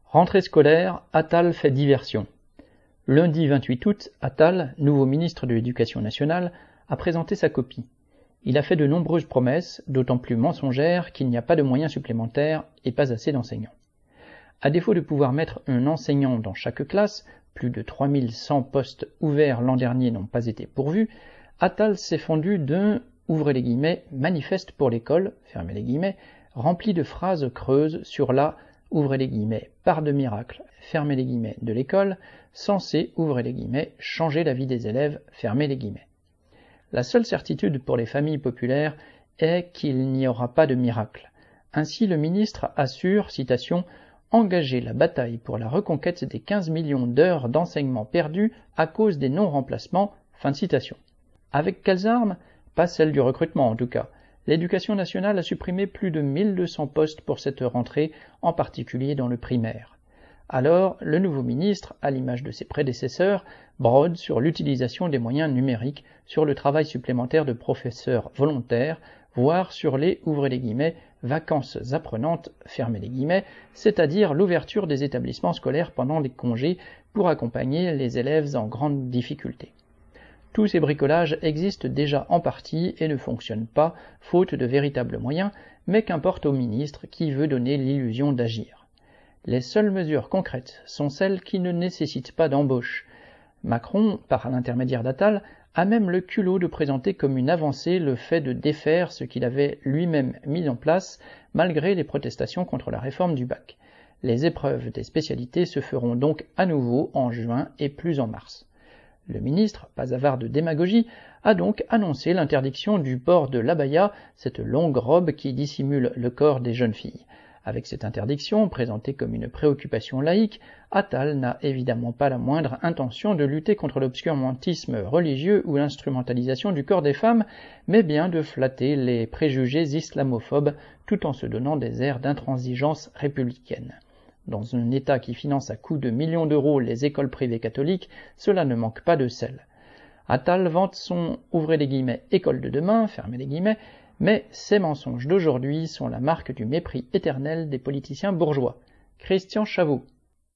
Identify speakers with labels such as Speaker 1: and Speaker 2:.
Speaker 1: Rentrée scolaire, Attal fait diversion. Lundi 28 août, Attal, nouveau ministre de l'Éducation nationale, a présenté sa copie. Il a fait de nombreuses promesses, d'autant plus mensongères qu'il n'y a pas de moyens supplémentaires et pas assez d'enseignants. À défaut de pouvoir mettre un enseignant dans chaque classe, plus de 3100 postes ouverts l'an dernier n'ont pas été pourvus, Attal s'est fendu d'un « manifeste pour l'école » rempli de phrases creuses sur la « part de miracle » de l'école, censée « changer la vie des élèves ». La seule certitude pour les familles populaires est qu'il n'y aura pas de miracle. Ainsi, le ministre assure, citation, « engager la bataille pour la reconquête des 15 millions d'heures d'enseignement perdues à cause des non-remplacements ». Fin de citation. Avec quelles armes? Pas celles du recrutement en tout cas. L'Éducation nationale a supprimé plus de 1200 postes pour cette rentrée, en particulier dans le primaire. Alors, le nouveau ministre, à l'image de ses prédécesseurs, brode sur l'utilisation des moyens numériques, sur le travail supplémentaire de professeurs volontaires, voire sur les « vacances apprenantes », c'est-à-dire l'ouverture des établissements scolaires pendant les congés pour accompagner les élèves en grande difficulté. Tous ces bricolages existent déjà en partie et ne fonctionnent pas, faute de véritables moyens, mais qu'importe au ministre qui veut donner l'illusion d'agir. Les seules mesures concrètes sont celles qui ne nécessitent pas d'embauche. Macron, par l'intermédiaire d'Attal, a même le culot de présenter comme une avancée le fait de défaire ce qu'il avait lui-même mis en place, malgré les protestations contre la réforme du bac. Les épreuves des spécialités se feront donc à nouveau en juin et plus en mars. Le ministre, pas avare de démagogie, a donc annoncé l'interdiction du port de l'abaya, cette longue robe qui dissimule le corps des jeunes filles. Avec cette interdiction, présentée comme une préoccupation laïque, Attal n'a évidemment pas la moindre intention de lutter contre l'obscurantisme religieux ou l'instrumentalisation du corps des femmes, mais bien de flatter les préjugés islamophobes tout en se donnant des airs d'intransigeance républicaine. Dans un État qui finance à coups de millions d'euros les écoles privées catholiques, cela ne manque pas de sel. Attal vante son « école de demain », mais ces mensonges d'aujourd'hui sont la marque du mépris éternel des politiciens bourgeois. Christian Chavot.